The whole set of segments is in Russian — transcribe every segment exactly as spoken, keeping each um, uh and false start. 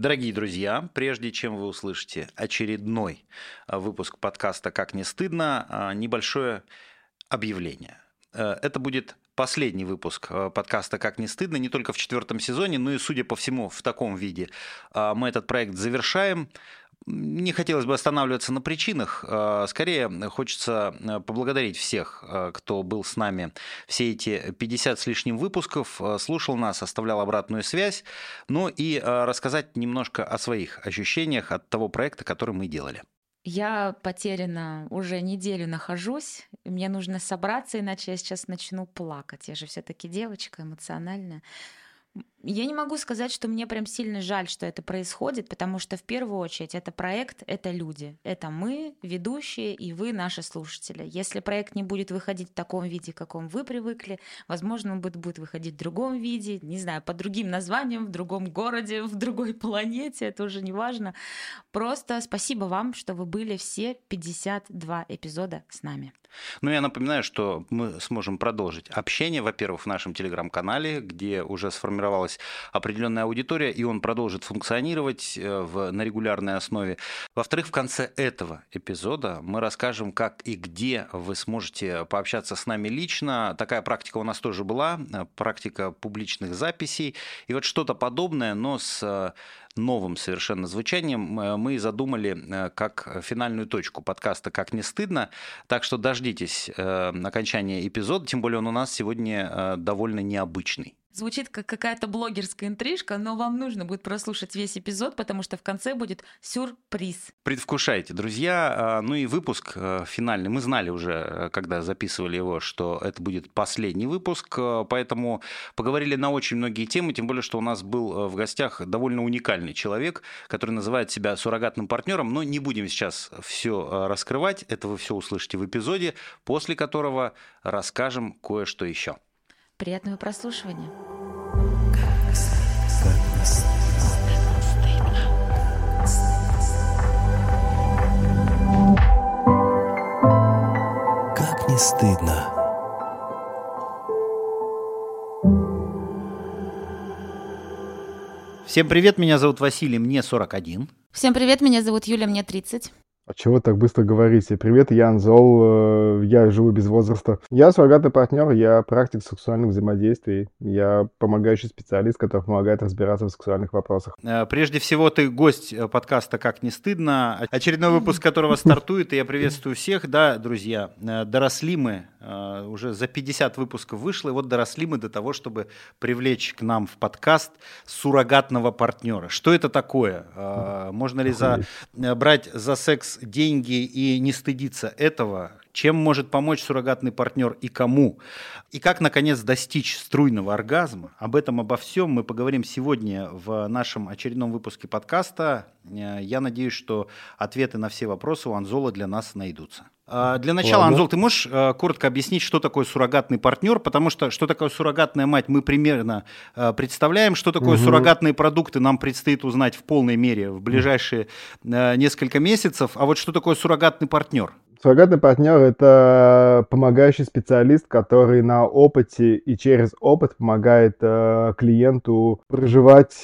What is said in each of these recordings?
Дорогие друзья, прежде чем вы услышите очередной выпуск подкаста «Как не стыдно», небольшое объявление. Это будет последний выпуск подкаста «Как не стыдно» не только в четвертом сезоне, но и, судя по всему, в таком виде мы этот проект завершаем. Не хотелось бы останавливаться на причинах. Скорее, хочется поблагодарить всех, кто был с нами все эти пятьдесят с лишним выпусков, слушал нас, оставлял обратную связь, ну и рассказать немножко о своих ощущениях от того проекта, который мы делали. Я потеряна уже неделю нахожусь, мне нужно собраться, иначе я сейчас начну плакать. Я же все-таки девочка эмоциональная. Я не могу сказать, что мне прям сильно жаль, что это происходит, потому что в первую очередь это проект, это люди. Это мы, ведущие, и вы, наши слушатели. Если проект не будет выходить в таком виде, каком вы привыкли, возможно, он будет, будет выходить в другом виде, не знаю, под другим названием, в другом городе, в другой планете, это уже не важно. Просто спасибо вам, что вы были все пятьдесят два эпизода с нами. Ну, я напоминаю, что мы сможем продолжить общение, во-первых, в нашем телеграм-канале, где уже сформировалась определенная аудитория, и он продолжит функционировать в, на регулярной основе. Во-вторых, в конце этого эпизода мы расскажем, как и где вы сможете пообщаться с нами лично. Такая практика у нас тоже была, практика публичных записей. И вот что-то подобное, но с новым совершенно звучанием мы задумали как финальную точку подкаста «Как не стыдно». Так что дождитесь окончания эпизода, тем более он у нас сегодня довольно необычный. Звучит как какая-то блогерская интрижка, но вам нужно будет прослушать весь эпизод, потому что в конце будет сюрприз. Предвкушайте, друзья. Ну и выпуск финальный. Мы знали уже, когда записывали его, что это будет последний выпуск, поэтому поговорили на очень многие темы, тем более, что у нас был в гостях довольно уникальный человек, который называет себя суррогатным партнером, но не будем сейчас все раскрывать, это вы все услышите в эпизоде, после которого расскажем кое-что еще. Приятного прослушивания. Как не стыдно. Всем привет, меня зовут Василий, мне сорок один. Всем привет, меня зовут Юля, мне тридцать. А чего вы так быстро говорите? Привет, я Анзол, я живу без возраста. Я суррогатный партнер, я практик сексуальных взаимодействий. Я помогающий специалист, который помогает разбираться в сексуальных вопросах. Прежде всего, ты гость подкаста «Как не стыдно», очередной выпуск которого стартует, и я приветствую всех. Да, друзья, доросли мы, уже за пятьдесят выпусков вышло, и вот доросли мы до того, чтобы привлечь к нам в подкаст суррогатного партнера. Что это такое? Можно ли за, брать за секс деньги и не стыдиться этого? Чем может помочь суррогатный партнер и кому? И как, наконец, достичь струйного оргазма? Об этом, обо всем мы поговорим сегодня в нашем очередном выпуске подкаста. Я надеюсь, что ответы на все вопросы у Анзола для нас найдутся. Для начала, Ладно. Анзол, ты можешь коротко объяснить, что такое суррогатный партнер? Потому что что такое суррогатная мать, мы примерно представляем. Что такое угу. суррогатные продукты, нам предстоит узнать в полной мере в ближайшие несколько месяцев. А вот что такое суррогатный партнер? Суррогатный партнер – это помогающий специалист, который на опыте и через опыт помогает э, клиенту проживать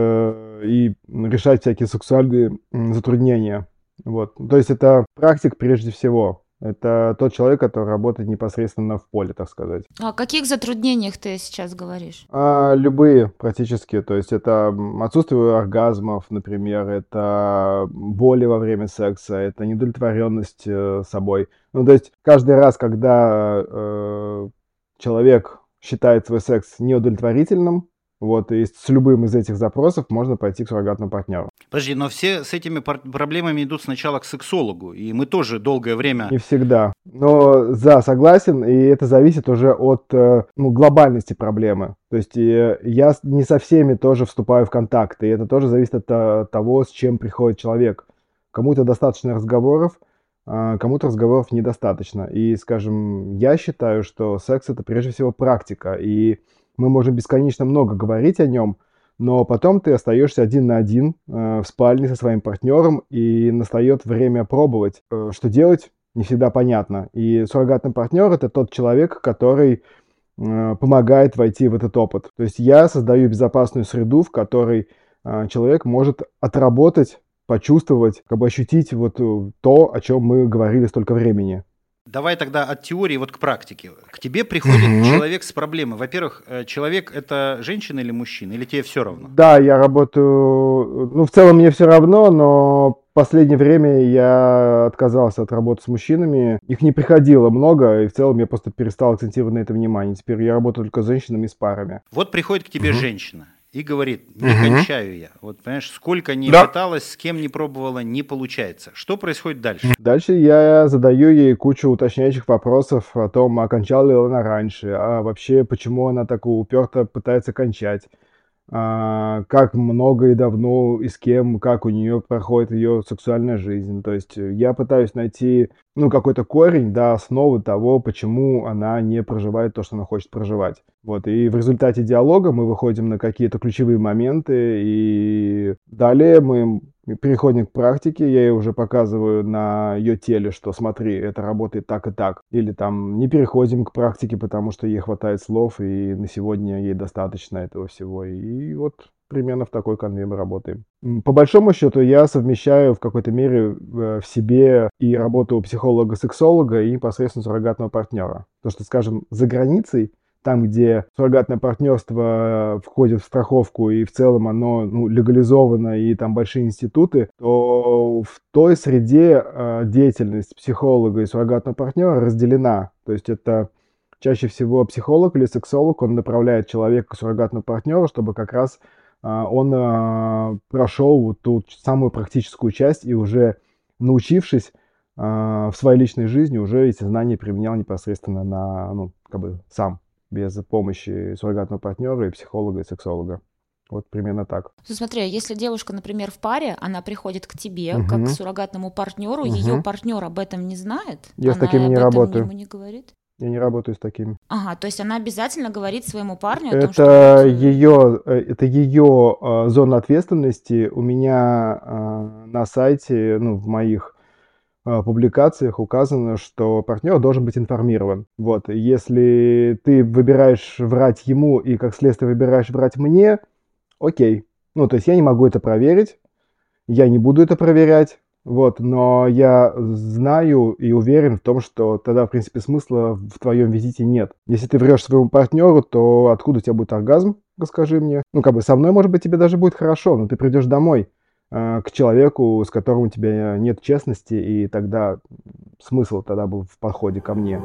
э, и решать всякие сексуальные затруднения. Вот. То есть это практик прежде всего. Это тот человек, который работает непосредственно в поле, так сказать. А о каких затруднениях ты сейчас говоришь? А, любые практически. То есть это отсутствие оргазмов, например, это боли во время секса, это неудовлетворенность э, собой. Ну, то есть каждый раз, когда э, человек считает свой секс неудовлетворительным, вот, и с любым из этих запросов можно пойти к суррогатному партнеру. Подожди, но все с этими проблемами идут сначала к сексологу, и мы тоже долгое время... Не всегда. Но, да, согласен, и это зависит уже от ну, глобальности проблемы. То есть я не со всеми тоже вступаю в контакт, и это тоже зависит от того, с чем приходит человек. Кому-то достаточно разговоров, кому-то разговоров недостаточно. И, скажем, я считаю, что секс – это прежде всего практика, и мы можем бесконечно много говорить о нем, но потом ты остаешься один на один э, в спальне со своим партнером, и настает время пробовать. Э, что делать, не всегда понятно. И суррогатный партнер – это тот человек, который э, помогает войти в этот опыт. То есть я создаю безопасную среду, в которой а, человек может отработать, почувствовать, как бы ощутить вот э, то, о чем мы говорили столько времени. Давай тогда от теории вот к практике. К тебе приходит Мгм. человек с проблемой. Во-первых, э, человек это женщина или мужчина, или тебе все равно? Да, я работаю, ну, в целом мне все равно, но в последнее время я отказался от работы с мужчинами. Их не приходило много, и в целом я просто перестал акцентировать на это внимание. Теперь я работаю только с женщинами и с парами. Вот приходит к тебе Мгм. женщина и говорит: не Мгм. кончаю я. Вот понимаешь, сколько не Да. пыталась, с кем не пробовала, не получается. Что происходит дальше? Дальше я задаю ей кучу уточняющих вопросов о том, а кончала ли она раньше, а вообще почему она так уперто пытается кончать, а, как много и давно и с кем, как у нее проходит ее сексуальная жизнь. То есть э, я пытаюсь найти, ну, какой-то корень, да, основы того, почему она не проживает то, что она хочет проживать. Вот, и в результате диалога мы выходим на какие-то ключевые моменты, и далее мы переходим к практике, я ей уже показываю на ее теле, что смотри, это работает так и так. Или там не переходим к практике, потому что ей хватает слов, и на сегодня ей достаточно этого всего. И вот примерно в такой конве мы работаем. М, По большому счету я совмещаю в какой-то мере э, в себе и работу у психолога-сексолога, и непосредственно суррогатного партнера. Потому что, скажем, за границей, там, где суррогатное партнерство входит в страховку и в целом оно, ну, легализовано и там большие институты, то в той среде э, деятельность психолога и суррогатного партнера разделена. То есть это чаще всего психолог или сексолог, он направляет человека к суррогатному партнеру, чтобы как раз а, он а, прошел вот ту самую практическую часть и уже научившись а, в своей личной жизни, уже эти знания применял непосредственно на, ну, как бы сам, без помощи суррогатного партнера и психолога, и сексолога. Вот примерно так. Ну, смотри, если девушка, например, в паре, она приходит к тебе как к Мгм. суррогатному партнеру, ее Мгм. партнер об этом не знает, Я с она такими об не этом работаю. ему не говорит. Я не работаю с такими. Ага, то есть она обязательно говорит своему парню о том, что Это вот, э, ее, э, это ее э, зона ответственности. У меня э, на сайте, ну, в моих э, публикациях указано, что партнер должен быть информирован. Вот, и если ты выбираешь врать ему и, как следствие, выбираешь врать мне, окей. Ну, то есть я не могу это проверить, я не буду это проверять, вот, но я знаю и уверен в том, что тогда, в принципе, смысла в твоем визите нет. Если ты врешь своему партнеру, то откуда у тебя будет оргазм, расскажи мне. Ну, как бы со мной, может быть, тебе даже будет хорошо, но ты придешь домой э, к человеку, с которым у тебя нет честности, и тогда смысл тогда был в подходе ко мне.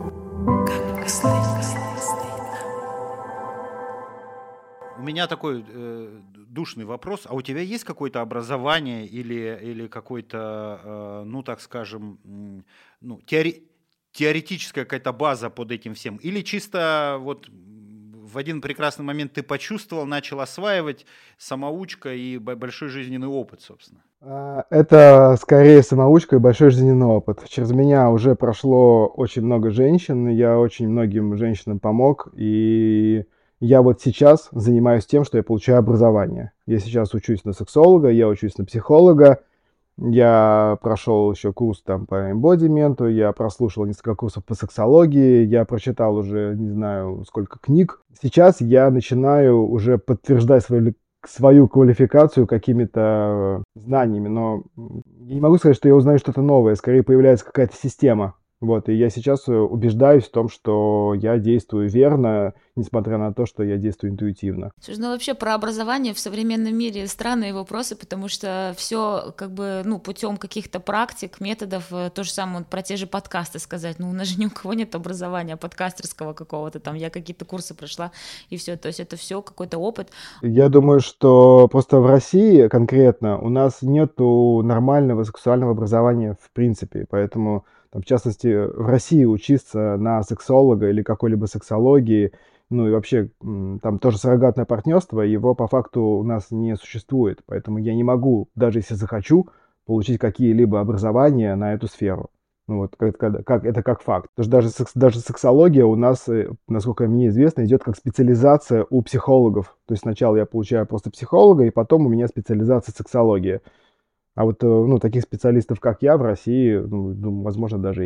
У меня такой э, душный вопрос. А у тебя есть какое-то образование или, или какой-то, э, ну, так скажем, м, ну, теори- теоретическая какая-то база под этим всем? Или чисто вот в один прекрасный момент ты почувствовал, начал осваивать, самоучка и б- большой жизненный опыт, собственно? А, Это скорее самоучка и большой жизненный опыт. Через меня уже прошло очень много женщин, и я очень многим женщинам помог, и я вот сейчас занимаюсь тем, что я получаю образование. Я сейчас учусь на сексолога, я учусь на психолога, я прошел еще курс там по эмбодименту, я прослушал несколько курсов по сексологии, я прочитал уже не знаю сколько книг. Сейчас я начинаю уже подтверждать свою, ли- свою квалификацию какими-то э, знаниями, но м, я не могу сказать, что я узнаю что-то новое, скорее появляется какая-то система. Вот, и я сейчас э, убеждаюсь в том, что я действую верно, несмотря на то, что я действую интуитивно. Слушай, ну вообще про образование в современном мире странные вопросы, потому что все как бы, ну, путем каких-то практик, методов, э, то же самое вот про те же подкасты сказать, ну, у нас же ни у кого нет образования подкастерского какого-то там, я какие-то курсы прошла, и все, то есть это все какой-то опыт. Я думаю, что просто в России конкретно у нас нету нормального сексуального образования в принципе, поэтому, там, в частности, в России учиться на сексолога или какой-либо сексологии, ну и вообще м, там тоже суррогатное партнерство, его по факту у нас не существует, поэтому я не могу, даже если захочу, получить какие-либо образования на эту сферу. Ну вот, как, как- как- это как факт. Потому что даже, секс- даже сексология у нас, э, насколько мне известно, идет как специализация у психологов. То есть сначала я получаю просто психолога, и потом у меня специализация сексология. А вот, э, ну, таких специалистов, как я, в России, ну, думаю, возможно, даже и нет.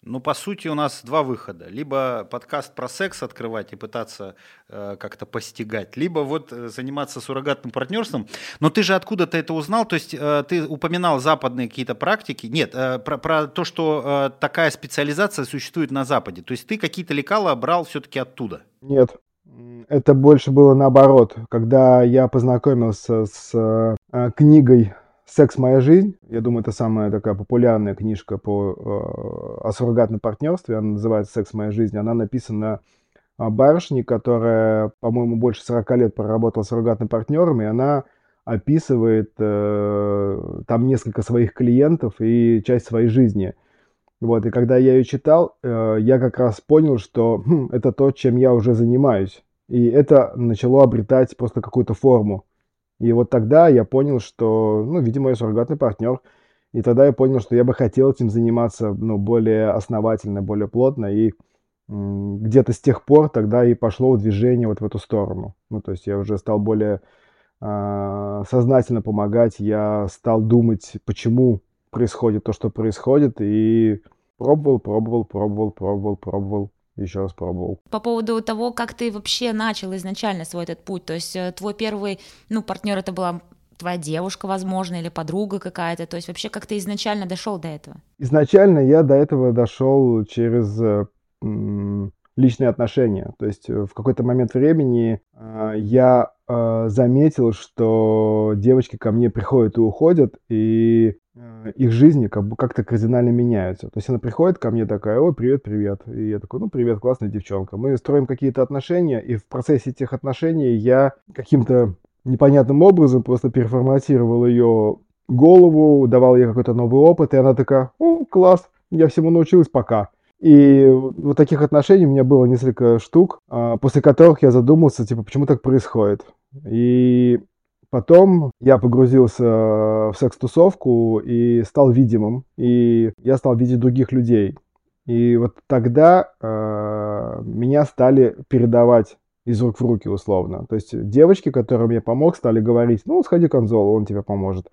Ну, по сути, у нас два выхода. Либо подкаст про секс открывать и пытаться э, как-то постигать, либо вот э, заниматься суррогатным партнерством. Но ты же откуда-то это узнал? То есть э, ты упоминал западные какие-то практики. Нет, э, про, про то, что э, такая специализация существует на Западе. То есть ты какие-то лекала брал все-таки оттуда? Нет, это больше было наоборот. Когда я познакомился с э, книгой «Секс. Моя жизнь», я думаю, это самая такая популярная книжка по, э, о суррогатном партнерстве, она называется «Секс. Моя жизнь», она написана барышней, которая, по-моему, больше сорока лет проработала с суррогатным партнером, и она описывает э, там несколько своих клиентов и часть своей жизни. Вот, и когда я ее читал, э, я как раз понял, что хм, это то, чем я уже занимаюсь. И это начало обретать просто какую-то форму. И вот тогда я понял, что, ну, видимо, я суррогатный партнер. И тогда я понял, что я бы хотел этим заниматься, ну, более основательно, более плотно. И м, где-то с тех пор тогда и пошло движение вот в эту сторону. Ну, то есть я уже стал более а, сознательно помогать. Я стал думать, почему происходит то, что происходит. И пробовал, пробовал, пробовал, пробовал, пробовал. Еще раз пробовал. По поводу того, как ты вообще начал изначально свой этот путь, то есть э, твой первый, ну, партнер это была твоя девушка, возможно, или подруга какая-то, то есть вообще как ты изначально дошел до этого? Изначально я до этого дошел через э, м, личные отношения. То есть э, в какой-то момент времени э, я э, заметил, что девочки ко мне приходят и уходят, и э, их жизни как бы как-то кардинально меняются. То есть она приходит ко мне такая: ой, привет, привет. И я такой: ну, привет, классная девчонка. Мы строим какие-то отношения, и в процессе этих отношений я каким-то непонятным образом просто переформатировал ее голову, давал ей какой-то новый опыт, и она такая: о, класс, я всему научилась, пока. И вот таких отношений у меня было несколько штук, после которых я задумался, типа, почему так происходит. И потом я погрузился в секс-тусовку и стал видимым, и я стал видеть других людей. И вот тогда э, меня стали передавать из рук в руки, условно. То есть девочки, которым я помог, стали говорить: ну, сходи к Анзолу, он тебе поможет.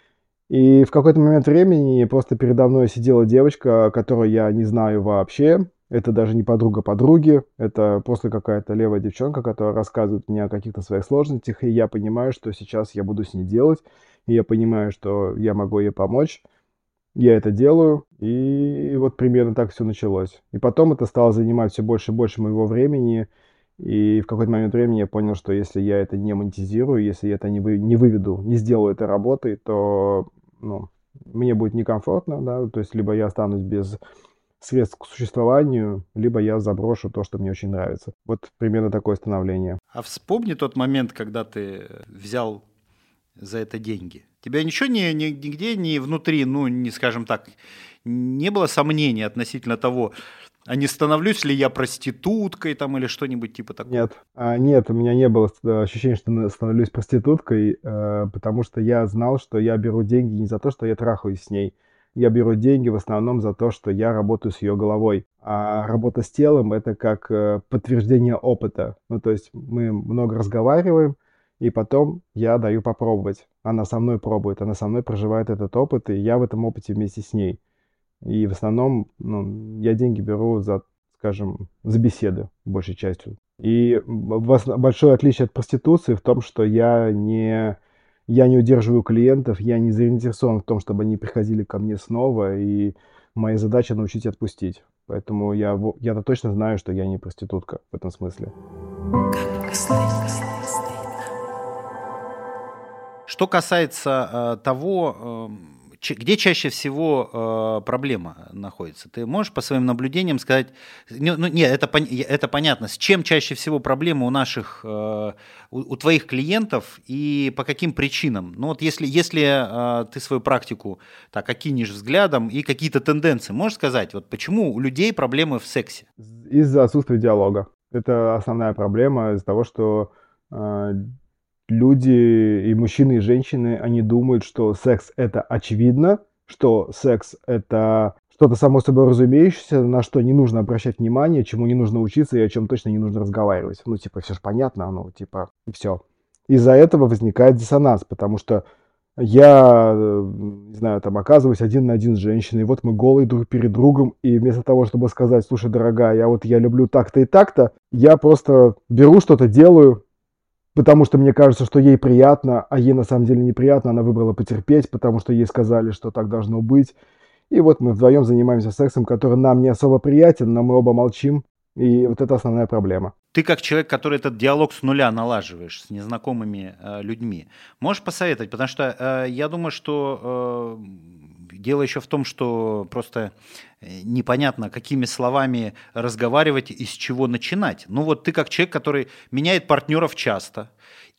И в какой-то момент времени просто передо мной сидела девочка, которую я не знаю вообще. Это даже не подруга подруги, это просто какая-то левая девчонка, которая рассказывает мне о каких-то своих сложностях, и я понимаю, что сейчас я буду с ней делать, и я понимаю, что я могу ей помочь. Я это делаю, и вот примерно так все началось. И потом это стало занимать все больше и больше моего времени, и в какой-то момент времени я понял, что если я это не монетизирую, если я это не, вы, не выведу, не сделаю этой работой, то ну, мне будет некомфортно, да, то есть либо я останусь без средств к существованию, либо я заброшу то, что мне очень нравится. Вот примерно такое становление. А вспомни тот момент, когда ты взял за это деньги. Тебя ничего не, не, нигде не внутри, ну, не скажем так, не было сомнений относительно того, а не становлюсь ли я проституткой там или что-нибудь типа такого? Нет, а, нет, у меня не было ощущения, что становлюсь проституткой, э, потому что я знал, что я беру деньги не за то, что я трахаюсь с ней. Я беру деньги в основном за то, что я работаю с ее головой. А работа с телом — это как э, подтверждение опыта. Ну, то есть мы много разговариваем, и потом я даю попробовать. Она со мной пробует, она со мной проживает этот опыт, и я в этом опыте вместе с ней. И в основном, ну, я деньги беру за, скажем, за беседы, большей частью. И большое отличие от проституции в том, что я не, я не удерживаю клиентов, я не заинтересован в том, чтобы они приходили ко мне снова, и моя задача научить отпустить. Поэтому я, я-то точно знаю, что я не проститутка в этом смысле. Что касается э, того, э, ч- где чаще всего э, проблема находится, ты можешь по своим наблюдениям сказать, ну, ну нет, это, это понятно, с чем чаще всего проблема у наших, э, у, у твоих клиентов и по каким причинам? Ну вот если, если э, ты свою практику так окинешь взглядом и какие-то тенденции, можешь сказать, вот почему у людей проблемы в сексе? Из-за отсутствия диалога. Это основная проблема, из-за того, что э, люди, и мужчины, и женщины, они думают, что секс — это очевидно, что секс — это что-то само собой разумеющееся, на что не нужно обращать внимание, чему не нужно учиться и о чем точно не нужно разговаривать. Ну, типа, все же понятно, ну, типа, и все. Из-за этого возникает диссонанс, потому что я, не знаю, там оказываюсь один на один с женщиной, вот мы голые друг перед другом, и вместо того, чтобы сказать, слушай, дорогая, я вот я люблю так-то и так-то, я просто беру что-то, делаю, потому что мне кажется, что ей приятно, а ей на самом деле неприятно, она выбрала потерпеть, потому что ей сказали, что так должно быть. И вот мы вдвоем занимаемся сексом, который нам не особо приятен, но мы оба молчим, и вот это основная проблема. Ты как человек, который этот диалог с нуля налаживаешь с незнакомыми э, людьми, можешь посоветовать? Потому что э, я думаю, что э, дело еще в том, что просто непонятно, какими словами разговаривать и с чего начинать. Ну вот ты как человек, который меняет партнеров часто,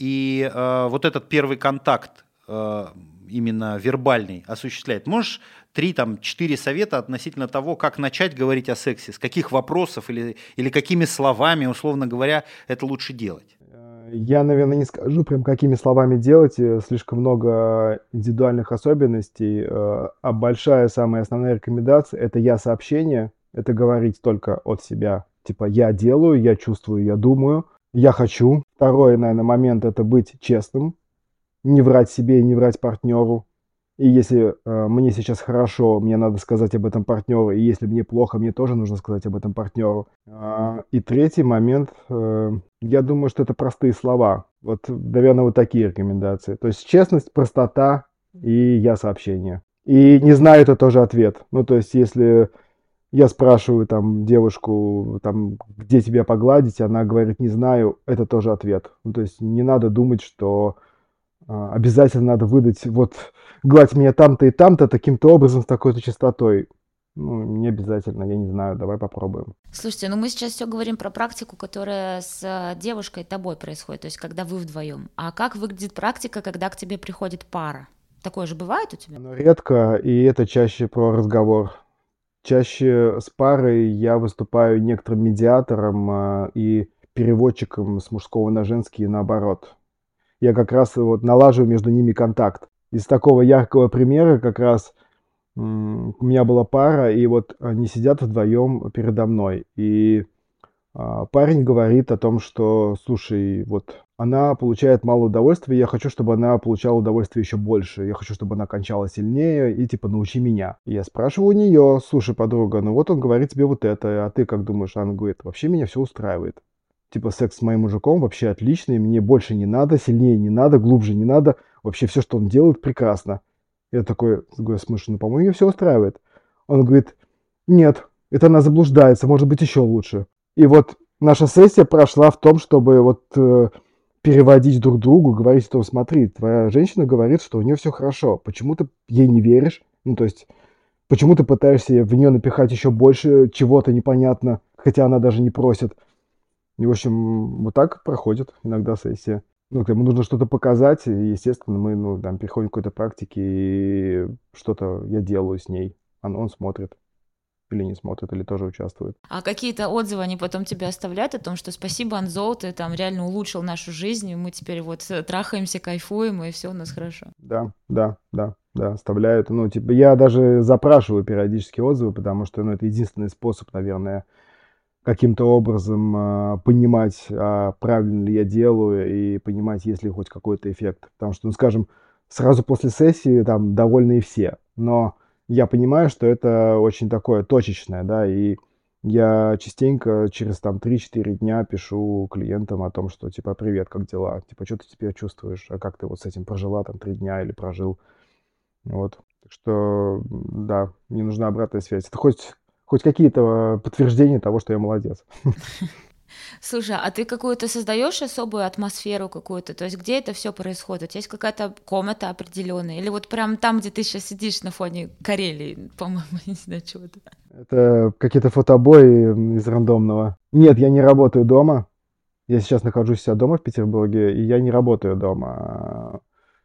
и э, вот этот первый контакт э, именно вербальный осуществляет. Можешь три, там, четыре совета относительно того, как начать говорить о сексе, с каких вопросов или, или какими словами, условно говоря, это лучше делать? Я, наверное, не скажу прям какими словами делать, слишком много индивидуальных особенностей, а большая, самая основная рекомендация – это я-сообщение, это говорить только от себя, типа я делаю, я чувствую, я думаю, я хочу. Второй, наверное, момент – это быть честным, не врать себе и не врать партнеру. И если э, мне сейчас хорошо, мне надо сказать об этом партнеру, и если мне плохо, мне тоже нужно сказать об этом партнеру. А, и третий момент, э, я думаю, что это простые слова. Вот, наверное, вот такие рекомендации. То есть честность, простота и я-сообщение. И не знаю, это тоже ответ. Ну, то есть если я спрашиваю там девушку, там, где тебя погладить, она говорит, не знаю, это тоже ответ. Ну, то есть не надо думать, что обязательно надо выдать, вот, гладь меня там-то и там-то, таким-то образом, с такой-то частотой. Ну, не обязательно, я не знаю, давай попробуем. Слушайте, ну мы сейчас все говорим про практику, которая с девушкой тобой происходит, то есть когда вы вдвоем. А как выглядит практика, когда к тебе приходит пара? Такое же бывает у тебя? Но редко, и это чаще про разговор. Чаще с парой я выступаю некоторым медиатором э, и переводчиком с мужского на женский и наоборот. Я как раз вот налаживаю между ними контакт. Из такого яркого примера как раз м, у меня была пара, и вот они сидят вдвоем передо мной. И а, парень говорит о том, что, слушай, вот она получает мало удовольствия, я хочу, чтобы она получала удовольствие еще больше. Я хочу, чтобы она кончала сильнее, и типа научи меня. И я спрашиваю у нее, слушай, подруга, ну вот он говорит тебе вот это, а ты как думаешь? Она говорит, вообще меня все устраивает. Типа секс с моим мужиком вообще отличный, мне больше не надо, сильнее не надо, глубже не надо. Вообще все, что он делает, прекрасно. Я такой, говорю, слушай, ну, по-моему, ее все устраивает. Он говорит, нет, это она заблуждается, может быть, еще лучше. И вот наша сессия прошла в том, чтобы вот э, переводить друг другу, говорить, что смотри, твоя женщина говорит, что у нее все хорошо, почему ты ей не веришь? Ну, то есть, почему ты пытаешься в нее напихать еще больше чего-то непонятно, хотя она даже не просит. И, в общем, вот так проходит иногда сессия. Ну, ему нужно что-то показать, и, естественно, мы, ну, там, переходим к какой-то практике, и что-то я делаю с ней. Он, он смотрит. Или не смотрит, или тоже участвует. А какие-то отзывы они потом тебе оставляют о том, что спасибо, Анзол, ты там реально улучшил нашу жизнь, и мы теперь вот трахаемся, кайфуем, и все у нас хорошо. Да, да, да, да, оставляют. Ну, типа, я даже запрашиваю периодически отзывы, потому что, ну, это единственный способ, наверное, каким-то образом э, понимать, а правильно ли я делаю, и понимать, есть ли хоть какой-то эффект. Потому что, ну, скажем, сразу после сессии там довольны все, но я понимаю, что это очень такое точечное, да, и я частенько через там три-четыре дня пишу клиентам о том, что типа привет, как дела, типа что ты теперь чувствуешь, а как ты вот с этим прожила там три дня или прожил, вот. Так что, да, мне нужна обратная связь. Это хоть хоть какие-то подтверждения того, что я молодец. Слушай, а ты какую-то создаешь особую атмосферу какую-то? То есть где это все происходит? У тебя есть какая-то комната определенная? Или вот прям там, где ты сейчас сидишь на фоне Карелии, по-моему, не знаю, чего-то? Это какие-то фотобои из рандомного. Нет, я не работаю дома. Я сейчас нахожусь у себя дома в Петербурге, и я не работаю дома.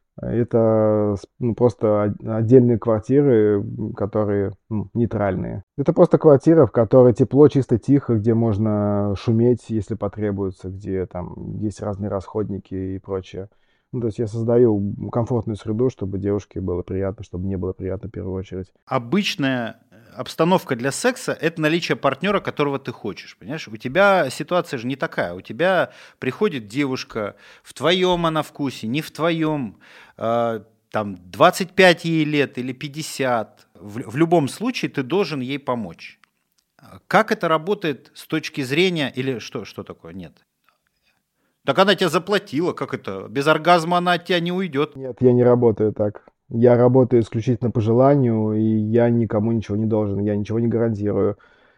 Это ну, просто отдельные квартиры, которые ну, нейтральные. Это просто квартира, в которой тепло, чисто, тихо, где можно шуметь, если потребуется, где там есть разные расходники и прочее. Ну, то есть я создаю комфортную среду, чтобы девушке было приятно, чтобы мне было приятно в первую очередь. Обычная обстановка для секса – это наличие партнера, которого ты хочешь, понимаешь? У тебя ситуация же не такая. У тебя приходит девушка, в твоем она вкусе, не в твоем. там двадцать пять ей лет или пятьдесят, в, в любом случае ты должен ей помочь. Как это работает с точки зрения, или что, что такое? Нет. Так она тебе заплатила, как это? Без оргазма она от тебя не уйдет. Нет, я не работаю так. Я работаю исключительно по желанию, и я никому ничего не должен, я ничего не гарантирую.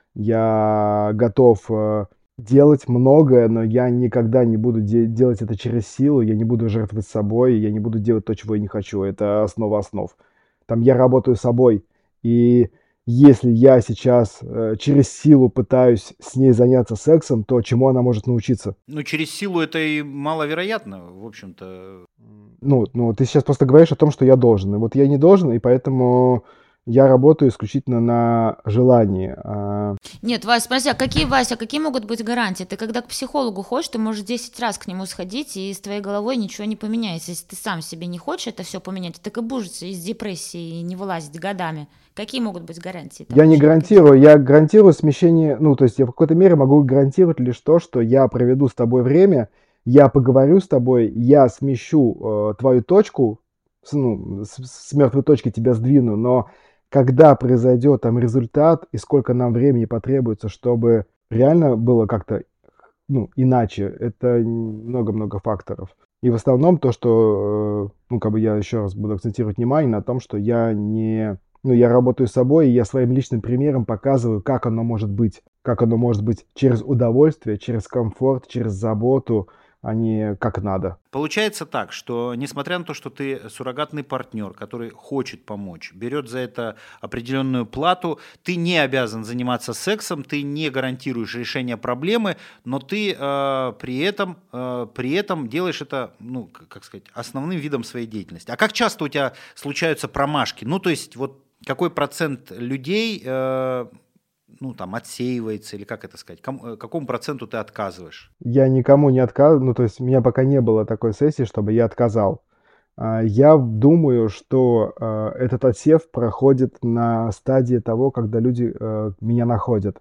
Я готов э, делать многое, но я никогда не буду де- делать это через силу, я не буду жертвовать собой, я не буду делать то, чего я не хочу. Это основа основ. Там я работаю собой, и если я сейчас э, через силу пытаюсь с ней заняться сексом, то чему она может научиться? Ну, через силу это и маловероятно, в общем-то. Ну, ну, ты сейчас просто говоришь о том, что я должен. И вот я не должен, и поэтому я работаю исключительно на желании. А, Нет, Вася, спроси, а какие, Вася, какие могут быть гарантии? Ты когда к психологу ходишь, ты можешь десять раз к нему сходить, и с твоей головой ничего не поменяется. Если ты сам себе не хочешь это все поменять, так и будешь из депрессии не вылазить годами. Какие могут быть гарантии? там Я не вообще какие? гарантирую, я гарантирую смещение, ну, то есть я в какой-то мере могу гарантировать лишь то, что я проведу с тобой время, я поговорю с тобой, я смещу э, твою точку, с, ну, с, с мертвой точки тебя сдвину, но когда произойдет там результат и сколько нам времени потребуется, чтобы реально было как-то, ну, иначе, это много-много факторов. И в основном то, что, э, ну, как бы я еще раз буду акцентировать внимание на том, что я не, ну, я работаю с собой, и я своим личным примером показываю, как оно может быть. Как оно может быть через удовольствие, через комфорт, через заботу, а не как надо. Получается так, что несмотря на то, что ты суррогатный партнер, который хочет помочь, берет за это определенную плату, ты не обязан заниматься сексом, ты не гарантируешь решение проблемы, но ты э, при этом, э, при этом делаешь это, ну, как сказать, основным видом своей деятельности. А как часто у тебя случаются промашки? Ну, то есть, вот какой процент людей... Э, ну, там, отсеивается, или как это сказать, кому, какому проценту ты отказываешь? Я никому не отказываю, ну, то есть у меня пока не было такой сессии, чтобы я отказал. А, Я думаю, что а, этот отсев проходит на стадии того, когда люди э, меня находят.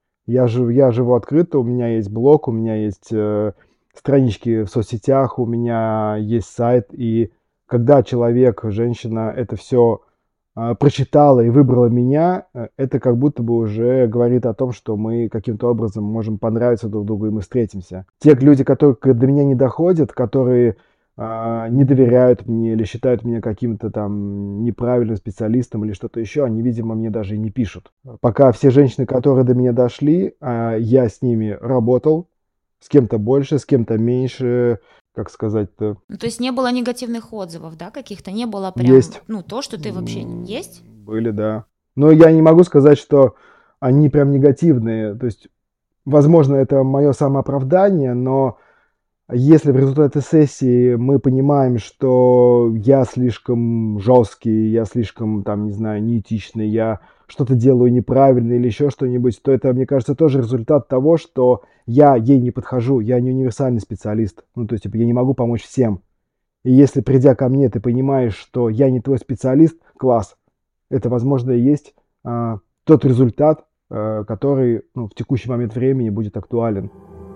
Я живу, я живу открыто, у меня есть блог, у меня есть э, странички в соцсетях, у меня есть сайт, и когда человек, женщина, это все прочитала и выбрала меня, э, это как будто бы уже говорит о том, что мы каким-то образом можем понравиться друг другу, и мы встретимся. Те люди, которые к- до меня не доходят, которые а, не доверяют мне или считают меня каким-то там неправильным специалистом или что-то еще, они, видимо, мне даже и не пишут. Пока все женщины, которые до меня дошли, а, я с ними работал, с кем-то больше, с кем-то меньше, как сказать-то, Ну, то есть не было негативных отзывов, да, каких-то? Не было прям, есть. ну, то, что ты вообще... М, Есть? Были, да. Но я не могу сказать, что они прям негативные. То есть, возможно, это мое самооправдание, но если в результате сессии мы понимаем, что я слишком жесткий, я слишком, там, не знаю, неэтичный, я что-то делаю неправильно или еще что-нибудь, то это, мне кажется, тоже результат того, что я ей не подхожу, я не универсальный специалист. Ну, то есть, типа, я не могу помочь всем. И если, придя ко мне, ты понимаешь, что я не твой специалист, класс. Это, возможно, и есть а, тот результат, а, который, ну, в текущий момент времени будет актуален.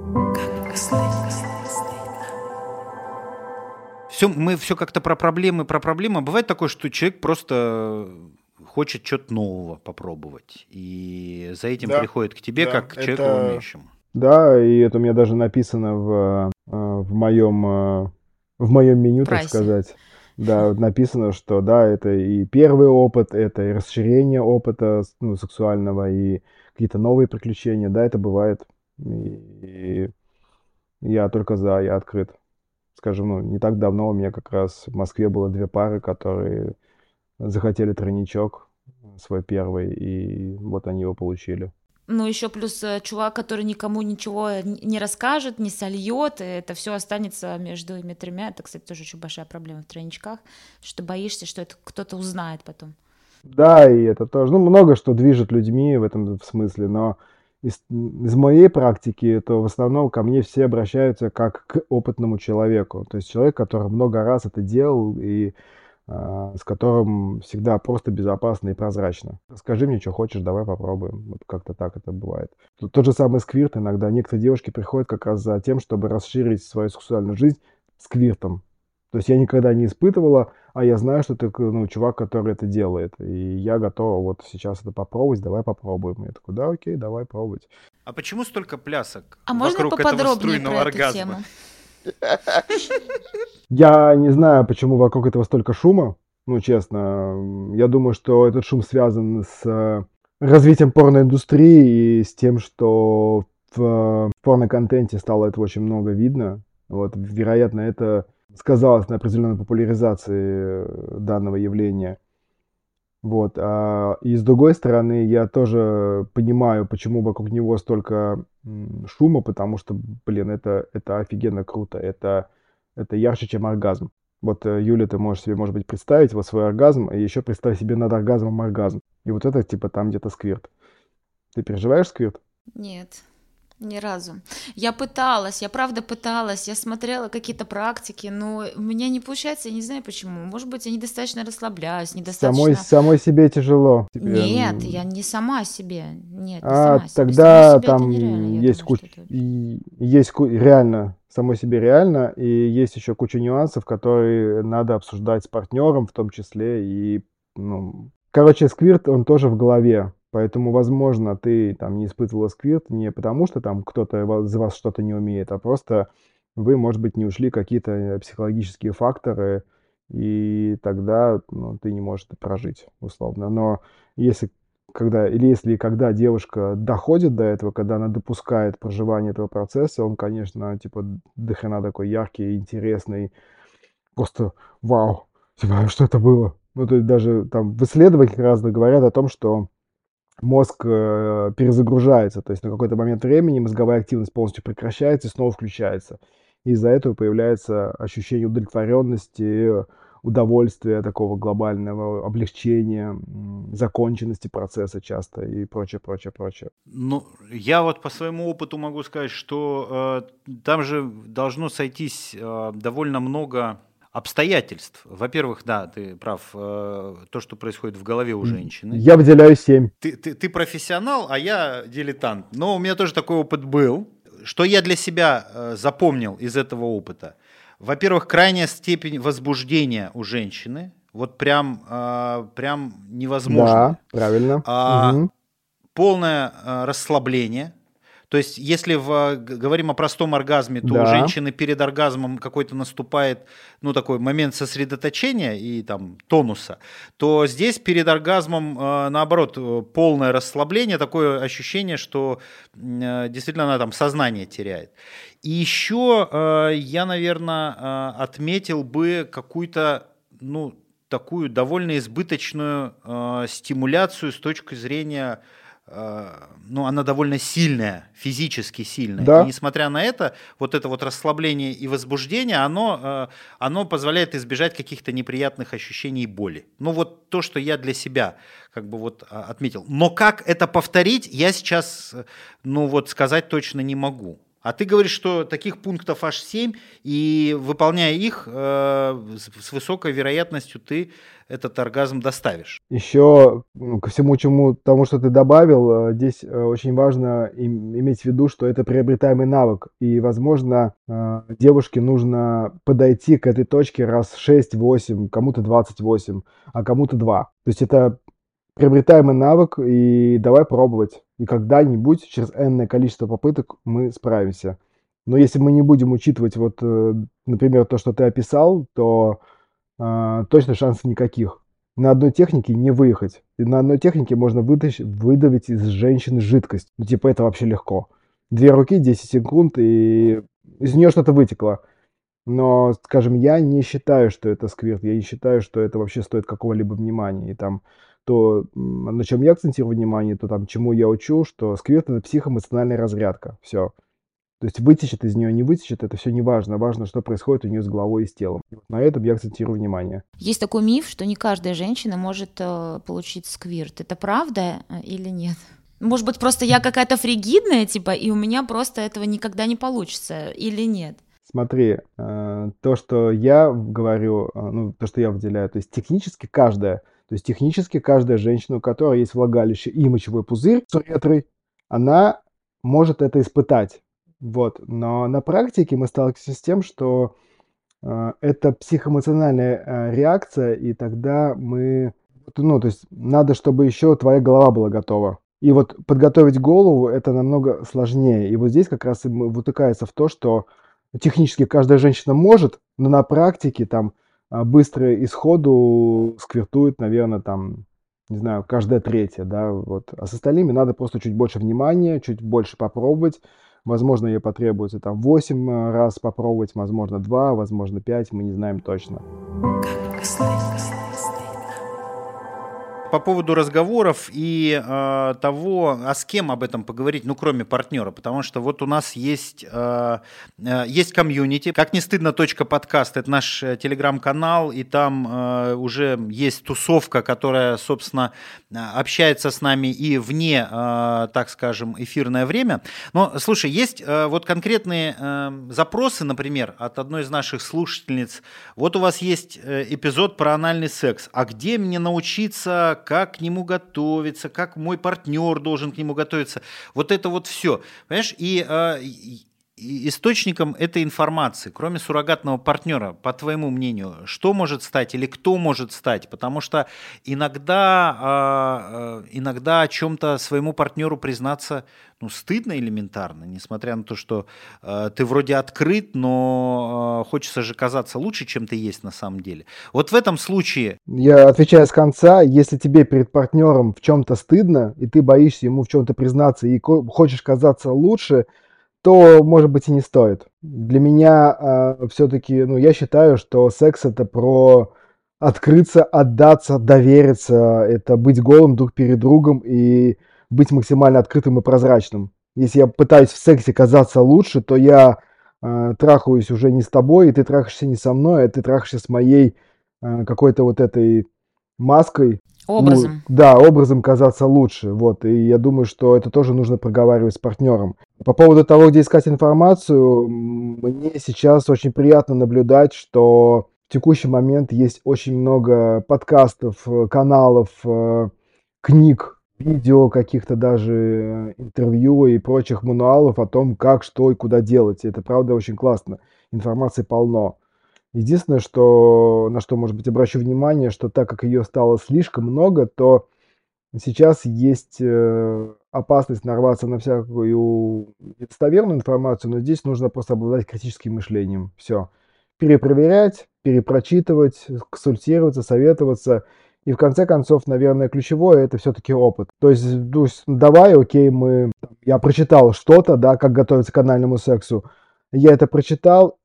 Все, мы все как-то про проблемы, про проблемы. Бывает такое, что человек просто хочет что-то нового попробовать, и за этим Да, приходит к тебе, да, как к человеку это умеющему. Да, и это у меня даже написано в, а, в моем, а, в моем меню, так Прайсе. сказать. Да, вот написано, что да, это и первый опыт, это и расширение опыта, с- ну, сексуального, и какие-то новые приключения. Да, это бывает. И, и я только за, я открыт. Скажем, ну, не так давно у меня как раз в Москве было две пары, которые захотели тройничок свой первый, и вот они его получили. Ну, еще плюс э, чувак, который никому ничего н- не расскажет, не сольет, и это все останется между ими тремя. Это, кстати, тоже очень большая проблема в тройничках, что ты боишься, что это кто-то узнает потом. Да, и это тоже, ну, много что движет людьми в этом смысле, но из, из моей практики, то в основном ко мне все обращаются как к опытному человеку. То есть человек, который много раз это делал и а, с которым всегда просто безопасно и прозрачно. Скажи мне, что хочешь, давай попробуем. Вот как-то так это бывает. Т- Тот же самый сквирт иногда. Некоторые девушки приходят как раз за тем, чтобы расширить свою сексуальную жизнь сквиртом. То есть я никогда не испытывала, а я знаю, что ты, ну, чувак, который это делает. И я готова вот сейчас это попробовать, давай попробуем. Я такой, да, окей, давай пробовать. А почему столько плясок А можно вокруг этого поподробнее струйного про эту оргазма? тему? Я не знаю, почему вокруг этого столько шума. Ну, честно, я думаю, что этот шум связан с э, развитием порноиндустрии и с тем, что в порно-контенте стало этого очень много видно. Вот, вероятно, это сказалось на определенной популяризации э, данного явления. Вот. А, и с другой стороны, я тоже понимаю, почему вокруг него столько м, шума, потому что, блин, это, это офигенно круто. Это, это ярче, чем оргазм. Вот, э, Юля, ты можешь себе, может быть, представить вот свой оргазм, и еще представь себе над оргазмом оргазм. И вот это, типа, там где-то сквирт. Ты переживаешь сквирт? Нет, ни разу. Я пыталась, я правда пыталась, я смотрела какие-то практики, но у меня не получается, я не знаю почему. Может быть, я недостаточно расслабляюсь, Самой, недостаточно... самой себе тяжело. Тебе, Нет, м, я не сама себе. Нет, не А сама себе. Сама тогда себе это там нереально, я есть думаю, куча, что это вообще. есть ку- реально, самой себе реально, и есть еще куча нюансов, которые надо обсуждать с партнером в том числе, и, ну, короче, сквирт, он тоже в голове, поэтому, возможно, ты там не испытывала сквирт не потому, что там кто-то ва- из вас что-то не умеет, а просто вы, может быть, не ушли какие-то э, психологические факторы, и тогда, ну, ты не можешь это прожить, условно. Но если когда, или если и когда девушка доходит до этого, когда она допускает проживание этого процесса, он, конечно, типа до хрена такой яркий, интересный, просто вау, типа, что это было? Ну, то есть даже там в исследованиях разных говорят о том, что мозг э, перезагружается, то есть на какой-то момент времени мозговая активность полностью прекращается и снова включается. Из-за этого появляется ощущение удовлетворенности, удовольствия такого глобального, облегчения, м, законченности процесса часто и прочее, прочее, прочее. Ну, я вот по своему опыту могу сказать, что э, там же должно сойтись э, довольно много обстоятельств. Во-первых, да, ты прав, э, то, что происходит в голове у женщины. Я выделяю семь. Ты, ты, ты профессионал, а я дилетант. Но у меня тоже такой опыт был. Что я для себя э, запомнил из этого опыта? Во-первых, крайняя степень возбуждения у женщины. Вот прям, э, прям Да, невозможная. правильно. А, Мгм. полное э, расслабление. То есть, если в, г- говорим о простом оргазме, то у Да, женщины перед оргазмом какой-то наступает, ну, такой момент сосредоточения и там тонуса, то здесь перед оргазмом, э, наоборот, э, полное расслабление, такое ощущение, что м, э, действительно она там сознание теряет. И еще э, я, наверное, отметил бы какую-то, ну, такую довольно избыточную э, стимуляцию с точки зрения, э, ну, она довольно сильная, физически сильная. И да. несмотря на это, вот это вот расслабление и возбуждение, оно, э, оно позволяет избежать каких-то неприятных ощущений и боли. Ну, вот то, что я для себя как бы вот а, отметил. Но как это повторить, я сейчас, э, ну, вот сказать точно не могу. А ты говоришь, что таких пунктов аж семь, и выполняя их, э, с с высокой вероятностью ты этот оргазм доставишь. Еще ну, ко всему чему тому, что ты добавил, э, здесь э, очень важно им- иметь в виду, что это приобретаемый навык. И, возможно, э, девушке нужно подойти к этой точке раз шесть-восемь, кому-то двадцать восемь, а кому-то два. То есть это приобретаемый навык, и давай пробовать. И когда-нибудь, через энное количество попыток, мы справимся. Но если мы не будем учитывать, вот, э, например, то, что ты описал, то а, точно шансов никаких. На одной технике не выехать. И на одной технике можно вытащить, выдавить из женщины жидкость. Ну, типа, это вообще легко. Две руки, десять секунд, и из нее что-то вытекло. Но, скажем, я не считаю, что это сквирт. Я не считаю, что это вообще стоит какого-либо внимания. И там то, м, на чем я акцентирую внимание, то там, чему я учу, что сквирт — это психоэмоциональная разрядка. Все. То есть вытечет из нее, не вытечет, это все не важно. Важно, что происходит у нее с головой и с телом. И вот на этом я акцентирую внимание. Есть такой миф, что не каждая женщина может э, получить сквирт. Это правда э, или нет? Может быть, просто я какая-то фригидная, типа, и у меня просто этого никогда не получится, или нет? Смотри, э, то, что я говорю, э, ну, то, что я выделяю, то есть технически каждая, то есть технически каждая женщина, у которой есть влагалище и мочевой пузырь с уретрой, она может это испытать. Вот. Но на практике мы сталкиваемся с тем, что э, это психоэмоциональная э, реакция, и тогда мы, ну, то есть надо, чтобы еще твоя голова была готова. И вот подготовить голову это намного сложнее. И вот здесь как раз и м- вытыкается в то, что технически каждая женщина может, но на практике там а, быстро и сходу сквиртует, наверное, там, не знаю, каждая третья, да, вот. А с остальными надо просто чуть больше внимания, чуть больше попробовать. Возможно, ей потребуется там восемь э, раз попробовать, возможно, два, возможно, пять, мы не знаем точно. По поводу разговоров и э, того, а с кем об этом поговорить, ну, кроме партнера, потому что вот у нас есть, э, э, есть комьюнити, как не стыдно .подкаст, это наш э, телеграм-канал, и там э, уже есть тусовка, которая, собственно, общается с нами и вне, э, так скажем, эфирное время. Но, слушай, есть э, вот конкретные э, запросы, например, от одной из наших слушательниц. Вот у вас есть э, эпизод про анальный секс, а где мне научиться, как к нему готовиться, как мой партнер должен к нему готовиться. Вот это вот все. Понимаешь? И, э, и источником этой информации, кроме суррогатного партнера, по твоему мнению, что может стать или кто может стать? Потому что иногда, э, иногда о чем-то своему партнеру признаться ну, стыдно элементарно, несмотря на то, что э, ты вроде открыт, но э, хочется же казаться лучше, чем ты есть на самом деле. Вот в этом случае... Я отвечаю с конца, если тебе перед партнером в чем-то стыдно, и ты боишься ему в чем-то признаться, и ко- хочешь казаться лучше, то, может быть, и не стоит. Для меня э, все-таки, ну, я считаю, что секс это про открыться, отдаться, довериться, это быть голым друг перед другом и быть максимально открытым и прозрачным. Если я пытаюсь в сексе казаться лучше, то я э, трахаюсь уже не с тобой, и ты трахаешься не со мной, а ты трахаешься с моей э, какой-то вот этой маской. Ну, Образом. да, образом казаться лучше, вот, и я думаю, что это тоже нужно проговаривать с партнером. По поводу того, где искать информацию, м, мне сейчас очень приятно наблюдать, что в текущий момент есть очень много подкастов, э, каналов, э, книг, видео, каких-то даже э, интервью и прочих мануалов о том, как, что и куда делать. И это правда очень классно. Информации полно. Единственное, что, на что, может быть, обращу внимание, что так как ее стало слишком много, то сейчас есть э, опасность нарваться на всякую недостоверную информацию, но здесь нужно просто обладать критическим мышлением. Все. Перепроверять, перепрочитывать, консультироваться, советоваться. И в конце концов, наверное, ключевое это все-таки опыт. То есть, ну, с- давай, окей, мы, я прочитал что-то, да, как готовиться к анальному сексу. Я это прочитал,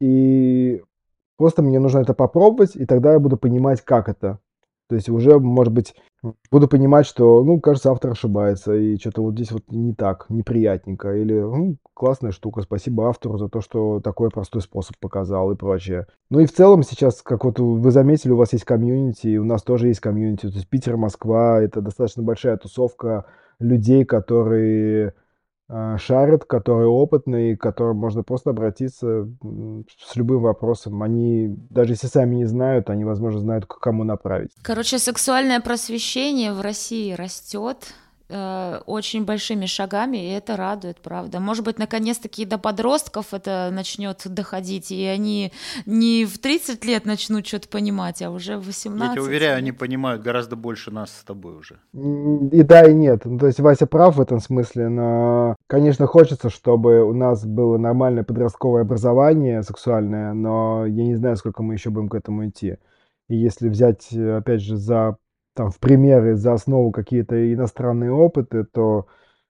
и просто мне нужно это попробовать, и тогда я буду понимать, как это. То есть уже, может быть, буду понимать, что, ну, кажется, автор ошибается, и что-то вот здесь вот не так, неприятненько. Или, ну, классная штука, спасибо автору за то, что такой простой способ показал и прочее. Ну и в целом сейчас, как вот вы заметили, у вас есть комьюнити, и у нас тоже есть комьюнити. То есть Питер, Москва, это достаточно большая тусовка людей, которые а, шарят, которые опытные, к которым можно просто обратиться м, с любым вопросом. Они, даже если сами не знают, они, возможно, знают, к кому направить. Короче, сексуальное просвещение в России растет э, очень большими шагами, и это радует, правда. Может быть, наконец-таки до подростков это начнет доходить, и они не в тридцать лет начнут что-то понимать, а уже в восемнадцать. Я тебя уверяю, лет. они понимают гораздо больше нас с тобой уже. М, И да, и нет. Ну, то есть Вася прав в этом смысле, но, конечно, хочется, чтобы у нас было нормальное подростковое образование сексуальное, но я не знаю, сколько мы еще будем к этому идти. И если взять, э, опять же, за, там, в примеры, за основу какие-то иностранные опыты, то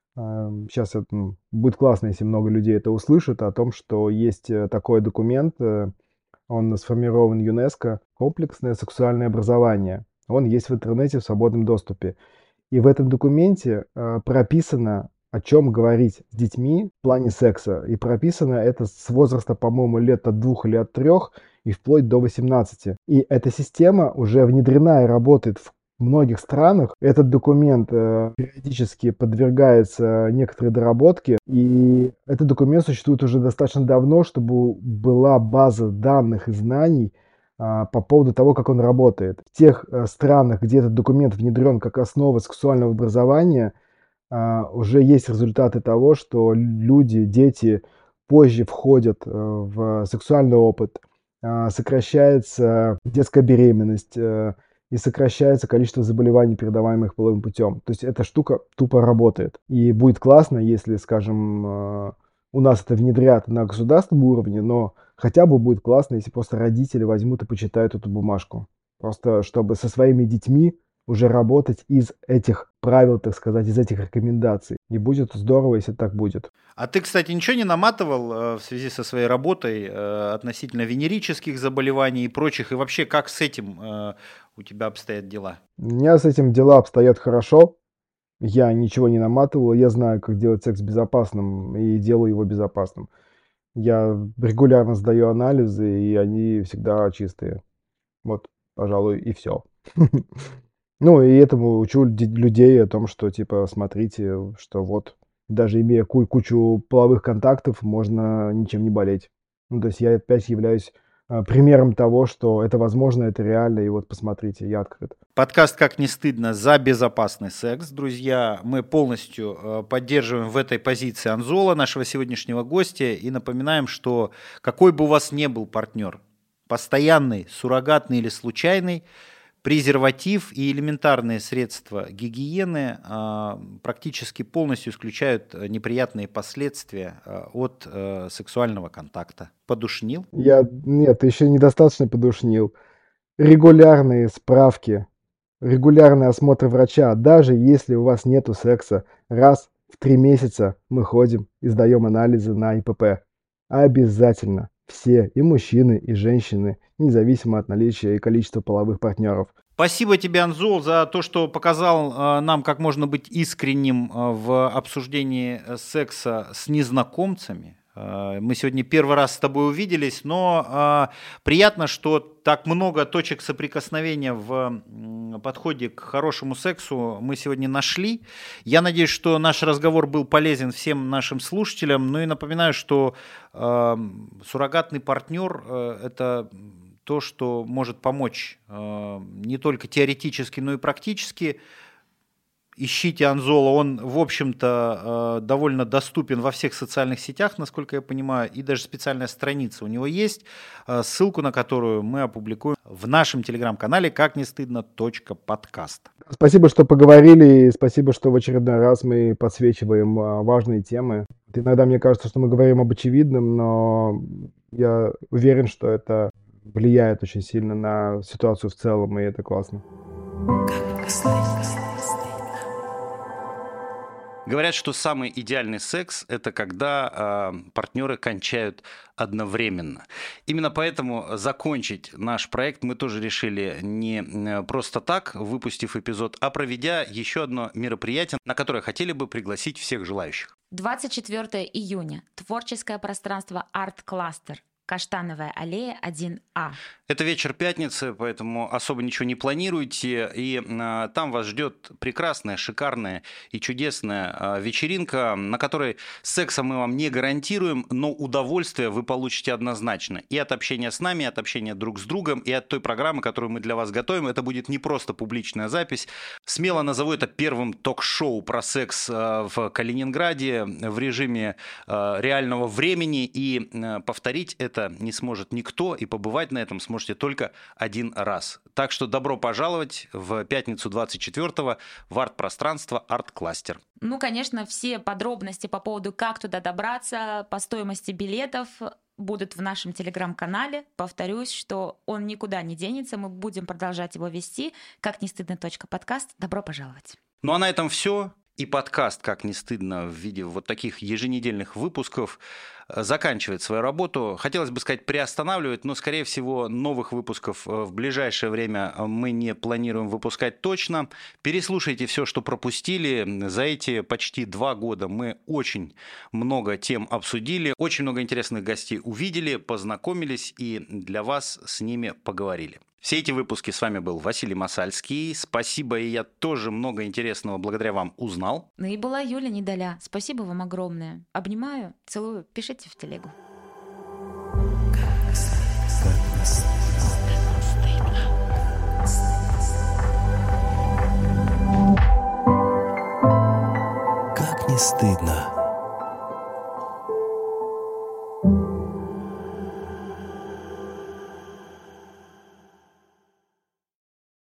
сейчас это, ну, будет классно, если много людей это услышат, о том, что есть э, такой документ, э, он сформирован ЮНЕСКО, комплексное сексуальное образование. Он есть в интернете в свободном доступе. И в этом документе э, прописано, о чем говорить с детьми в плане секса. И прописано это с возраста, по-моему, лет от двух или от трех и вплоть до восемнадцати. И эта система уже внедрена и работает в многих странах. Этот документ э, периодически подвергается некоторой доработке. И этот документ существует уже достаточно давно, чтобы была база данных и знаний а, по поводу того, как он работает. В тех э, странах, где этот документ внедрен как основа сексуального образования, а, уже есть результаты того, что люди, дети позже входят э, в сексуальный опыт, сокращается детская беременность и сокращается количество заболеваний, передаваемых половым путем. То есть эта штука тупо работает. И будет классно, если, скажем, у нас это внедрят на государственном уровне, но хотя бы будет классно, если просто родители возьмут и почитают эту бумажку. Просто чтобы со своими детьми уже работать из этих правил, так сказать, из этих рекомендаций. И будет здорово, если так будет. А ты, кстати, ничего не наматывал э, в связи со своей работой э, относительно венерических заболеваний и прочих? И вообще, как с этим э, у тебя обстоят дела? У меня с этим дела обстоят хорошо. Я ничего не наматывал. Я знаю, как делать секс безопасным, и делаю его безопасным. Я регулярно сдаю анализы, и они всегда чистые. Вот, пожалуй, и все. Ну, и этому учу людей о том, что, типа, смотрите, что вот, даже имея ку- кучу половых контактов, можно ничем не болеть. Ну, то есть я опять являюсь э, примером того, что это возможно, это реально, и вот посмотрите, я открыт. Подкаст «Как не стыдно» за безопасный секс, друзья. Мы полностью э, поддерживаем в этой позиции Анзола, нашего сегодняшнего гостя, и напоминаем, что какой бы у вас ни был партнер, постоянный, суррогатный или случайный, презерватив и элементарные средства гигиены а, практически полностью исключают неприятные последствия а, от а, сексуального контакта. Подушнил? Я, нет, еще недостаточно подушнил. Регулярные справки, регулярный осмотр врача, даже если у вас нету секса, раз в три месяца мы ходим и сдаем анализы на И П П. Обязательно. Все, и мужчины, и женщины, независимо от наличия и количества половых партнеров. Спасибо тебе, Анзол, за то, что показал э, нам, как можно быть искренним э, в обсуждении секса с незнакомцами. Э, мы сегодня первый раз с тобой увиделись, но э, приятно, что так много точек соприкосновения в э, подходе к хорошему сексу мы сегодня нашли. Я надеюсь, что наш разговор был полезен всем нашим слушателям. Ну и напоминаю, что э, суррогатный партнер э, – это то, что может помочь э, не только теоретически, но и практически. Ищите Анзола, он, в общем-то, э, довольно доступен во всех социальных сетях, насколько я понимаю, и даже специальная страница у него есть, э, ссылку на которую мы опубликуем в нашем телеграм-канале «Как не стыдно. Подкаст». Спасибо, что поговорили, и спасибо, что в очередной раз мы подсвечиваем важные темы. Иногда мне кажется, что мы говорим об очевидном, но я уверен, что это влияет очень сильно на ситуацию в целом, и это классно. Говорят, что самый идеальный секс – это когда э, партнеры кончают одновременно. Именно поэтому закончить наш проект мы тоже решили не просто так, выпустив эпизод, а проведя еще одно мероприятие, на которое хотели бы пригласить всех желающих. двадцать четвёртого июня. Творческое пространство Арт Кластер. Каштановая аллея один А. Это вечер пятницы, поэтому особо ничего не планируйте. И а, там вас ждет прекрасная, шикарная и чудесная а, вечеринка, на которой секса мы вам не гарантируем, но удовольствие вы получите однозначно. И от общения с нами, и от общения друг с другом, и от той программы, которую мы для вас готовим. Это будет не просто публичная запись. Смело назову это первым ток-шоу про секс а, в Калининграде в режиме а, реального времени. И а, повторить это не сможет никто, и побывать на этом сможете только один раз. Так что добро пожаловать в пятницу двадцать четвёртого в арт-пространство «Арт-кластер». Ну, конечно, все подробности по поводу, как туда добраться, по стоимости билетов будут в нашем телеграм-канале. Повторюсь, что он никуда не денется, мы будем продолжать его вести. Как не стыдно. Подкаст. Добро пожаловать. Ну а на этом все. И подкаст «Как не стыдно» в виде вот таких еженедельных выпусков заканчивает свою работу. Хотелось бы сказать, приостанавливает, но, скорее всего, новых выпусков в ближайшее время мы не планируем выпускать точно. Переслушайте все, что пропустили. За эти почти два года мы очень много тем обсудили, очень много интересных гостей увидели, познакомились и для вас с ними поговорили. Все эти выпуски с вами был Василий Масальский. Спасибо, и я тоже много интересного благодаря вам узнал. Ну и была Юля Недоля. Спасибо вам огромное. Обнимаю, целую, пишите в телегу. Как не стыдно.